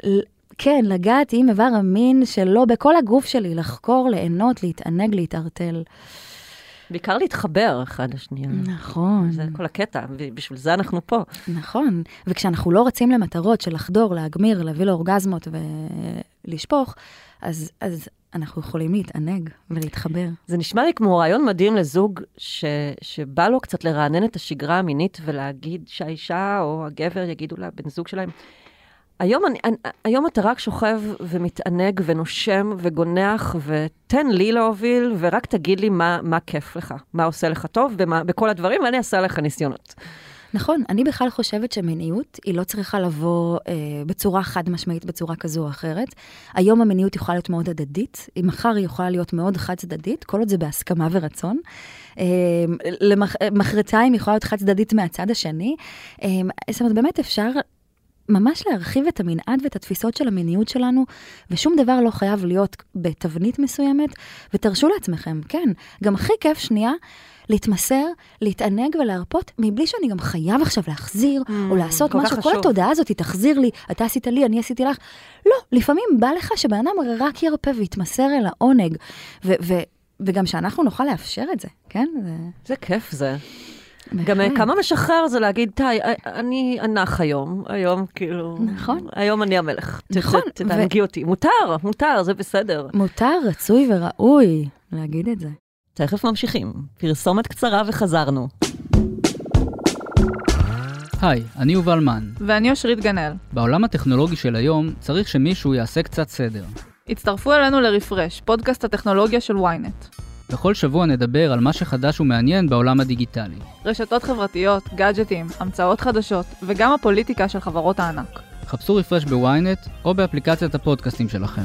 כן, לגעת עם איבר המין שלו בכל הגוף שלי, לחקור, ליהנות, להתענג, להתערטל. בעיקר להתחבר אחד לשנייה. נכון. זה כל הקטע, ובשביל זה אנחנו פה. נכון, וכשאנחנו לא רצים למטרות של לחדור, להגמיר, להביא לאורגזמות ולשפוך, אז, אז אנחנו יכולים להתענג ולהתחבר. זה נשמע לי כמו רעיון מדהים לזוג ש, שבא לו קצת לרענן את השגרה המינית ולהגיד שהאישה או הגבר יגידו לה, בן זוג שלהם, היום, אני, אני, היום אתה רק שוכב ומתענג ונושם וגונח ותן לי להוביל ורק תגיד לי מה, מה כיף לך, מה עושה לך טוב במה, בכל הדברים, ואני אעשה לך ניסיונות. נכון, אני בכלל חושבת שמיניות היא לא צריכה לבוא אה, בצורה חד משמעית, בצורה כזו או אחרת. היום המיניות יכולה להיות מאוד הדדית, אם מחר היא יכולה להיות מאוד חד צדדית, כל עוד זה בהסכמה ורצון. אה, למח, מחרתיים יכולה להיות חד צדדית מהצד השני. אה, זאת אומרת, באמת אפשר... ממש להרחיב את המנעד ואת התפיסות של המיניות שלנו, ושום דבר לא חייב להיות בתבנית מסוימת, ותרשו לעצמכם, כן, גם הכי כיף שנייה, להתמסר, להתענג ולהרפות, מבלי שאני גם חייב עכשיו להחזיר, mm, או לעשות משהו, כל, כל התודעה הזאת, תחזיר לי, אתה עשית לי, אני עשיתי לך, לא, לפעמים בא לך שבן אדם רק ירפא ויתמסר אל העונג, ו- ו- וגם שאנחנו נוכל לאפשר את זה, כן? זה, זה כיף זה. גם כמה משחרר זה להגיד, תי, אני ענך היום, היום כאילו, נכון. היום אני המלך, נכון. תתענגי אותי. מותר, מותר, זה בסדר. מותר, רצוי וראוי להגיד את זה. תכף ממשיכים, פרסומת קצרה וחזרנו. היי, אני יובל מן. ואני אושרית גנאל. בעולם הטכנולוגי של היום צריך שמישהו יעשה קצת סדר. הצטרפו אלינו לרפרש, פודקאסט הטכנולוגיה של וויינט. בכל שבוע נדבר על מה שחדש ומעניין בעולם הדיגיטלי. רשתות חברתיות, גאדג'טים, המצאות חדשות, וגם הפוליטיקה של חברות הענק. חפשו רפרש בוויינט או באפליקציית הפודקאסטים שלכם.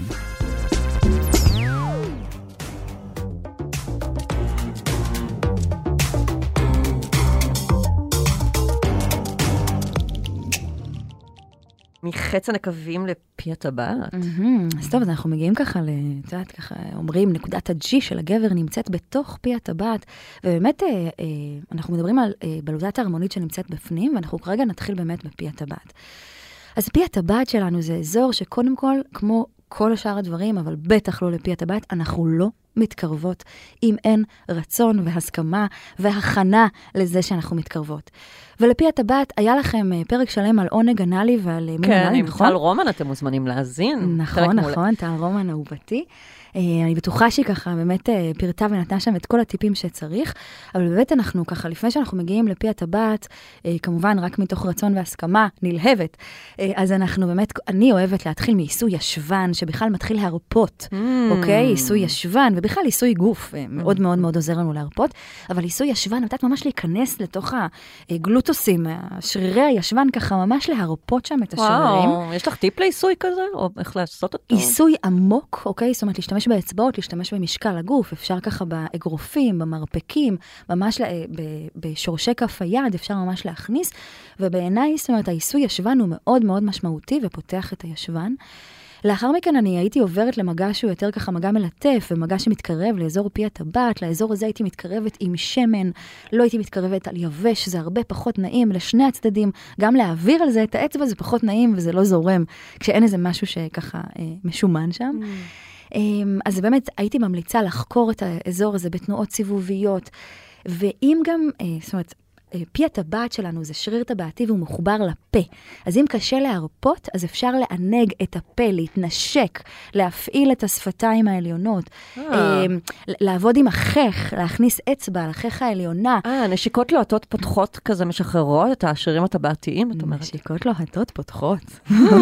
מחץ הנקבים לפי הטבעת. אז טוב, אז אנחנו מגיעים ככה, את יודעת, ככה אומרים, נקודת הג'י של הגבר נמצאת בתוך פי הטבעת, ובאמת אנחנו מדברים על בלוטת ההרמונית שנמצאת בפנים, ואנחנו כרגע נתחיל באמת בפי הטבעת. אז פי הטבעת שלנו זה אזור שקודם כל, כמו כל השאר הדברים, אבל בטח לא לפי הטבעת, אנחנו לא מתקרבות אם אין רצון והסכמה והכנה לזה שאנחנו מתקרבות. ולפי הטבעת היה לכם פרק שלם על עונג אנאלי ועל מין אנאלי, כן, עם נכון? טל רומן אתם מוזמנים להאזין. נכון, נכון, טל רומן אהובתי. אני בטוחה שהיא ככה באמת פרטה ונתנה שם את כל הטיפים שצריך, אבל באמת אנחנו ככה, לפני שאנחנו מגיעים לפי הטבעת, כמובן רק מתוך רצון והסכמה נלהבת, אז אנחנו באמת, אני אוהבת להתחיל מעיסוי ישבן, שבכלל מתחיל להרפות, אוקיי? עיסוי ישבן, ובכלל עיסוי גוף, מאוד מאוד מאוד עוזר לנו להרפות, אבל עיסוי ישבן, נתת ממש להיכנס לתוך הגלוטוסים, שרירי הישבן, ככה ממש להרפות שם את השרירים. וואו, יש לך טיפ לעיסוי כזה? או איך לעשות אותו? עיסוי עמוק, אוקיי? זאת אומרת, להשתמש באצבעות, להשתמש במשקל הגוף, אפשר ככה באגרופים, במרפקים, ממש בשורשי כף היד, אפשר ממש להכניס, ובעיניי, זאת אומרת, העיסוי ישבן הוא מאוד מאוד משמעותי, ופותח את הישבן. לאחר מכן אני הייתי עוברת למגע שהוא יותר ככה מגע מלטף, ומגע שמתקרב לאזור פי הטבעת, לאזור הזה הייתי מתקרבת עם שמן, לא הייתי מתקרבת על יבש, זה הרבה פחות נעים לשני הצדדים, גם להעביר על זה את האצבע זה פחות נעים, וזה לא זורם, כשאין איזה משהו שככה אה, משומן שם. Mm. אז באמת הייתי ממליצה לחקור את האזור הזה בתנועות סיבוביות, ואם גם, זאת אומרת, פי הטבעת שלנו זה שריר טבעתי והוא מחובר לפה. אז אם קשה להרפות, אז אפשר לענג את הפה, להתנשק, להפעיל את השפתיים העליונות, לעבוד עם החך, להכניס אצבע לחך העליונה. אה, נשיקות לוהטות פותחות כזה משחררות את השרירים הטבעתיים, את אומרת? נשיקות לוהטות פותחות.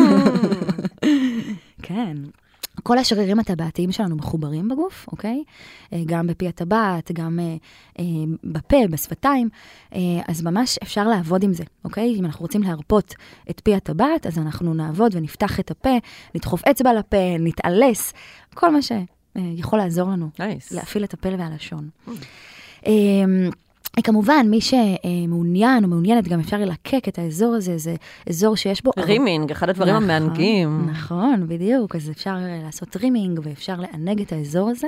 כן. כל השרירים הטבעתיים שלנו מחוברים בגוף, אוקיי? גם בפי הטבעת, גם אה, בפה, בשפתיים, אה, אז ממש אפשר לעבוד עם זה, אוקיי? אם אנחנו רוצים להרפות את פי הטבעת, אז אנחנו נעבוד ונפתח את הפה, נדחוף אצבע לפה, נתעלס, כל מה שיכול לעזור לנו, nice. להפעיל את הפה והלשון. Mm. אה, כמובן, מי שמעוניין או מעוניינת, גם אפשר ללקק את האזור הזה, זה אזור שיש בו... רימינג, אחד הדברים נכון, המענגים. נכון, בדיוק, אז אפשר לעשות רימינג, ואפשר לענג את האזור הזה.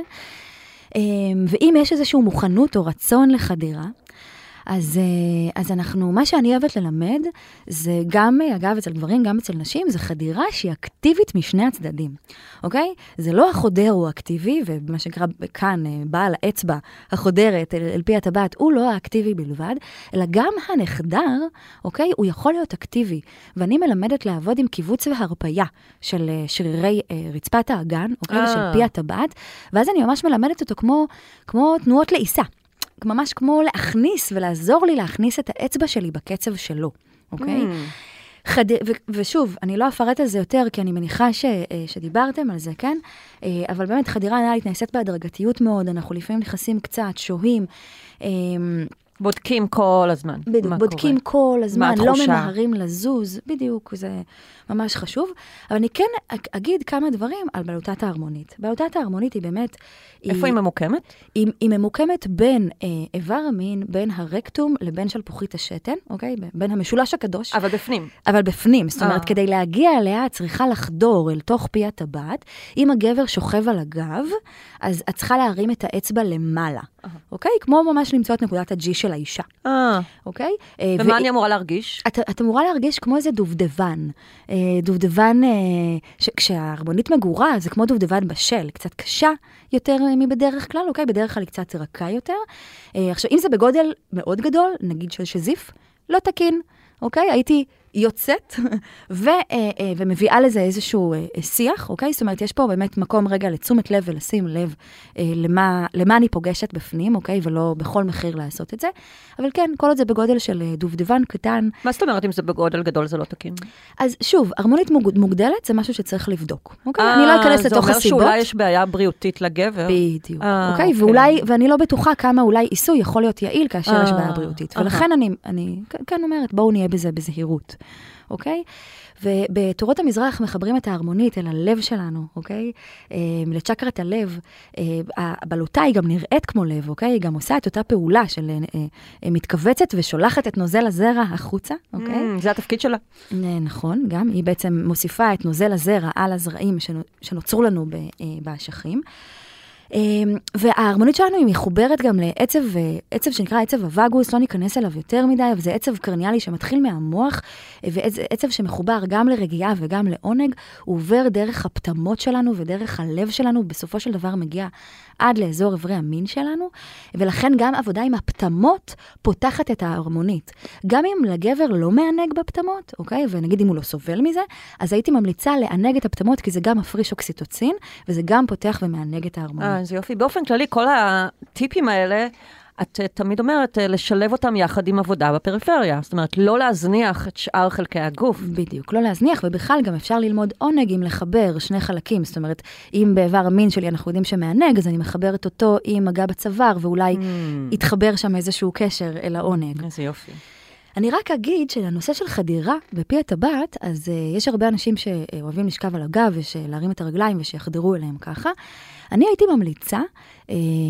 ואם יש איזושהי מוכנות או רצון לחדירה, אז, אז אנחנו, מה שאני אוהבת ללמד, זה גם, אגב, אצל גברים, גם אצל נשים, זה חדירה שהיא אקטיבית משני הצדדים, אוקיי? זה לא החודר הוא אקטיבי, ומה שנקרא כאן, בעל האצבע החודרת אל, אל פי הטבעת, הוא לא האקטיבי בלבד, אלא גם הנחדר, אוקיי? הוא יכול להיות אקטיבי, ואני מלמדת לעבוד עם קיבוץ והרפיה של שרירי רצפת האגן, אוקיי? של פי הטבעת, ואז אני ממש מלמדת אותו כמו, כמו תנועות לעיסה. ממש כמו להכניס ולעזור לי להכניס את האצבע שלי בקצב שלו, אוקיי? Mm. חד... ו... ושוב, אני לא אפרט על זה יותר, כי אני מניחה ש... שדיברתם על זה, כן? אבל באמת, חדירה אנאלית נעשית בהדרגתיות מאוד, אנחנו לפעמים נכנסים קצת, שוהים, בודקים כל הזמן. בדיוק, בודקים כל הזמן, לא ממהרים לזוז, בדיוק, זה ממש חשוב. אבל אני כן אגיד כמה דברים על בלוטת ההרמונית. בלוטת ההרמונית היא באמת... איפה היא, היא ממוקמת? היא, היא ממוקמת בין אה, איבר המין, בין הרקטום לבין שלפוחית השתן, אוקיי? בין המשולש הקדוש. אבל בפנים. אבל בפנים, זאת אומרת, כדי להגיע אליה, את צריכה לחדור אל תוך פי הטבעת. אם הגבר שוכב על הגב, אז את צריכה להרים את האצבע למעלה. אוקיי? כמו ממש למצוא את נקודת הג'י של האישה. אוקיי? ומה אני אמורה להרגיש? את, את אמורה להרגיש כמו איזה דובדבן. דובדבן, כשההרמונית מגורה, זה כמו דובדבן בשל, קצת קשה יותר מבדרך כלל, אוקיי? בדרך כלל היא קצת רכה יותר. עכשיו, אם זה בגודל מאוד גדול, נגיד של שזיף, לא תקין, אוקיי? הייתי יוצאת ו, ומביאה לזה איזשהו שיח, אוקיי? זאת אומרת, יש פה באמת מקום רגע לתשומת לב ולשים לב למה, למה אני פוגשת בפנים, אוקיי? ולא בכל מחיר לעשות את זה. אבל כן, כל עוד זה בגודל של דובדבן קטן. מה זאת אומרת אם זה בגודל גדול זה לא תקין? אז שוב, הרמונית מוגדלת זה משהו שצריך לבדוק, אוקיי? אני לא אכנס לתוך הסיבות. זה אומר שאולי יש בעיה בריאותית לגבר. בדיוק, אוקיי? ואולי, ואני לא בטוחה כמה אולי עיסוי יכול להיות יעיל כאשר יש בעיה בריאותית. ולכן אני, אני כן אומרת, בואו נהיה בזה בזהירות. אוקיי? ובתורות המזרח מחברים את ההרמונית אל הלב שלנו, אוקיי? לצ'קרת הלב, הבלוטה היא גם נראית כמו לב, אוקיי? היא גם עושה את אותה פעולה של מתכווצת ושולחת את נוזל הזרע החוצה, אוקיי? זה התפקיד שלה. נכון, גם. היא בעצם מוסיפה את נוזל הזרע על הזרעים שנוצרו לנו באשכים. וההרמונית שלנו היא מחוברת גם לעצב, עצב שנקרא עצב הווגוס, לא ניכנס אליו יותר מדי, אבל זה עצב קרניאלי שמתחיל מהמוח, ועצב שמחובר גם לרגיעה וגם לעונג, הוא עובר דרך הפתמות שלנו ודרך הלב שלנו, בסופו של דבר מגיע עד לאזור עברי המין שלנו, ולכן גם עבודה עם הפתמות פותחת את ההרמונית. גם אם לגבר לא מענג בפתמות, אוקיי? ונגיד אם הוא לא סובל מזה, אז הייתי ממליצה לענג את הפתמות, כי זה גם מפריש אוקסיטוצין, וזה גם פותח ומענג את ההרמונית. אה, זה יופי. באופן כללי, כל הטיפים האלה, את תמיד אומרת, לשלב אותם יחד עם עבודה בפריפריה. זאת אומרת, לא להזניח את שאר חלקי הגוף. בדיוק, לא להזניח, ובכלל גם אפשר ללמוד עונג עם לחבר שני חלקים. זאת אומרת, אם באיבר המין שלי אנחנו יודעים שמענג, אז אני מחברת אותו עם מגע בצוואר, ואולי mm. יתחבר שם איזשהו קשר אל העונג. איזה יופי. אני רק אגיד שלנושא של חדירה בפי הטבעת, אז uh, יש הרבה אנשים שאוהבים לשכב על הגב ושלהרים את הרגליים ושיחדרו אליהם ככה. אני הייתי ממליצה uh,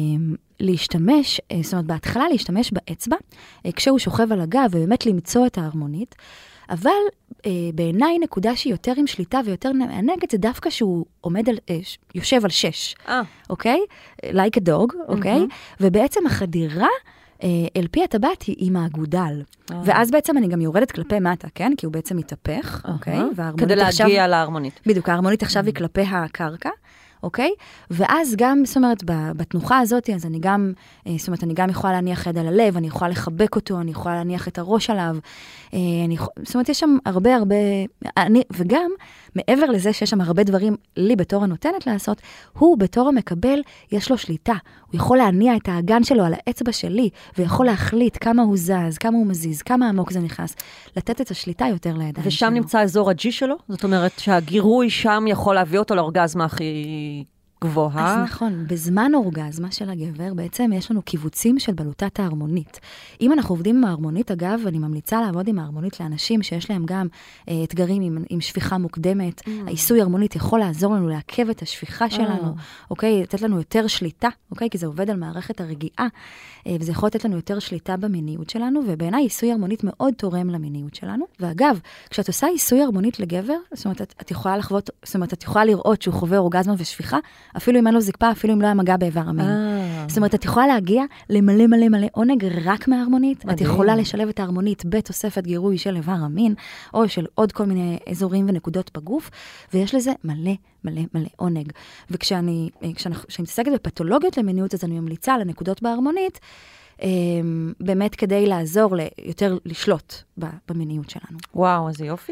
להשתמש, uh, זאת אומרת, בהתחלה להשתמש באצבע, uh, כשהוא שוכב על הגב ובאמת למצוא את ההרמונית, אבל uh, בעיניי נקודה שהיא יותר עם שליטה ויותר מענגת, זה דווקא שהוא עומד על, uh, יושב על שש, אוקיי? Uh. Okay? like a dog, אוקיי? Okay? Mm-hmm. ובעצם החדירה, אל פי הטבעת היא מהגודל. ואז בעצם אני גם יורדת כלפי מטה, כן? כי הוא בעצם מתהפך, אוקיי? כדי להגיע להרמונית. בדיוק, ההרמונית עכשיו היא כלפי הקרקע, אוקיי? ואז גם, זאת אומרת, בתנוחה הזאת, אז אני גם, זאת אומרת, אני גם יכולה להניח יד על הלב, אני יכולה לחבק אותו, אני יכולה להניח את הראש עליו. אני, זאת אומרת, יש שם הרבה הרבה, אני, וגם, מעבר לזה שיש שם הרבה דברים לי בתור הנותנת לעשות, הוא בתור המקבל, יש לו שליטה. הוא יכול להניע את האגן שלו על האצבע שלי, ויכול להחליט כמה הוא זז, כמה הוא מזיז, כמה עמוק זה נכנס, לתת את השליטה יותר לידיים שלו. ושם נמצא אזור הג'י שלו? זאת אומרת שהגירוי שם יכול להביא אותו לאורגזמה הכי גבוהה. אז נכון, בזמן אורגזמה של הגבר, בעצם יש לנו קיבוצים של בלוטת ההרמונית. אם אנחנו עובדים עם ההרמונית, אגב, אני ממליצה לעבוד עם ההרמונית לאנשים שיש להם גם אה, אתגרים עם, עם שפיכה מוקדמת. Mm. העיסוי הרמונית יכול לעזור לנו לעכב את השפיכה שלנו, mm. אוקיי? לתת לנו יותר שליטה, אוקיי? כי זה עובד על מערכת הרגיעה, אה, וזה יכול לתת לנו יותר שליטה במיניות שלנו, ובעיניי עיסוי הרמונית מאוד תורם למיניות שלנו. ואגב, כשאת עושה עיסוי הרמונית לגבר, זאת אומרת, את, את יכולה לחוות, זאת אומרת, את יכולה לראות שהוא חווה אורגזמה ושפיכה, אפילו אם אין לו זקפה, אפילו אם לא היה מגע באיבר המין. זאת אומרת, את יכולה להגיע למלא מלא מלא עונג רק מההרמונית. את יכולה לשלב את ההרמונית בתוספת גירוי של איבר המין, או של עוד כל מיני אזורים ונקודות בגוף, ויש לזה מלא מלא מלא עונג. וכשאני, כשאני מתעסקת בפתולוגיות למיניות, אז אני ממליצה על הנקודות בהרמונית, באמת כדי לעזור יותר לשלוט במיניות שלנו. וואו, איזה יופי.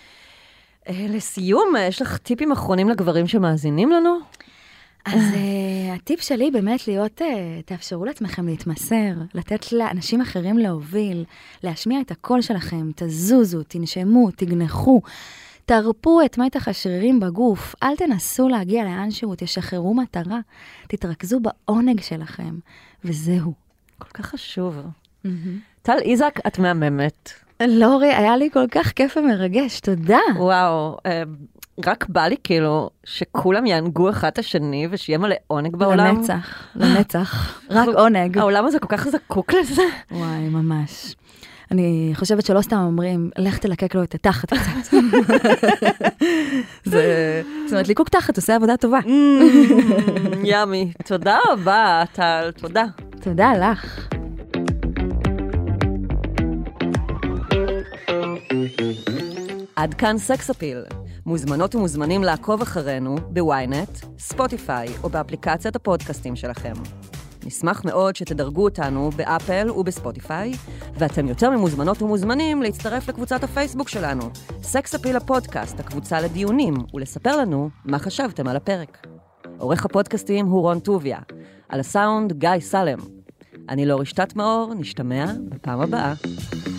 לסיום, יש לך טיפים אחרונים לגברים שמאזינים לנו? אז uh, הטיפ שלי באמת להיות, uh, תאפשרו לעצמכם להתמסר, לתת לאנשים אחרים להוביל, להשמיע את הקול שלכם, תזוזו, תנשמו, תגנחו, תרפו את מתח השרירים בגוף, אל תנסו להגיע לאנשהו, תשחררו מטרה, תתרכזו בעונג שלכם, וזהו. כל כך חשוב. Mm-hmm. טל איזק, את מהממת. לורי, היה לי כל כך כיף ומרגש, תודה. וואו, רק בא לי כאילו שכולם יענגו אחד את השני ושיהיה מלא עונג בעולם. לנצח, לנצח, רק עונג. העולם הזה כל כך זקוק לזה. וואי, ממש. אני חושבת שלא סתם אומרים, לך תלקק לו את התחת קצת. זאת אומרת, ליקוק תחת עושה עבודה טובה. ימי, תודה רבה, טל, תודה. תודה לך. עד כאן סקס אפיל. מוזמנות ומוזמנים לעקוב אחרינו בוויינט, ספוטיפיי או באפליקציית הפודקאסטים שלכם. נשמח מאוד שתדרגו אותנו באפל ובספוטיפיי, ואתם יותר ממוזמנות ומוזמנים להצטרף לקבוצת הפייסבוק שלנו, סקס אפיל הפודקאסט, הקבוצה לדיונים, ולספר לנו מה חשבתם על הפרק. עורך הפודקאסטים הוא רון טוביה, על הסאונד גיא סלם. אני לורי שטט מאור, נשתמע בפעם הבאה.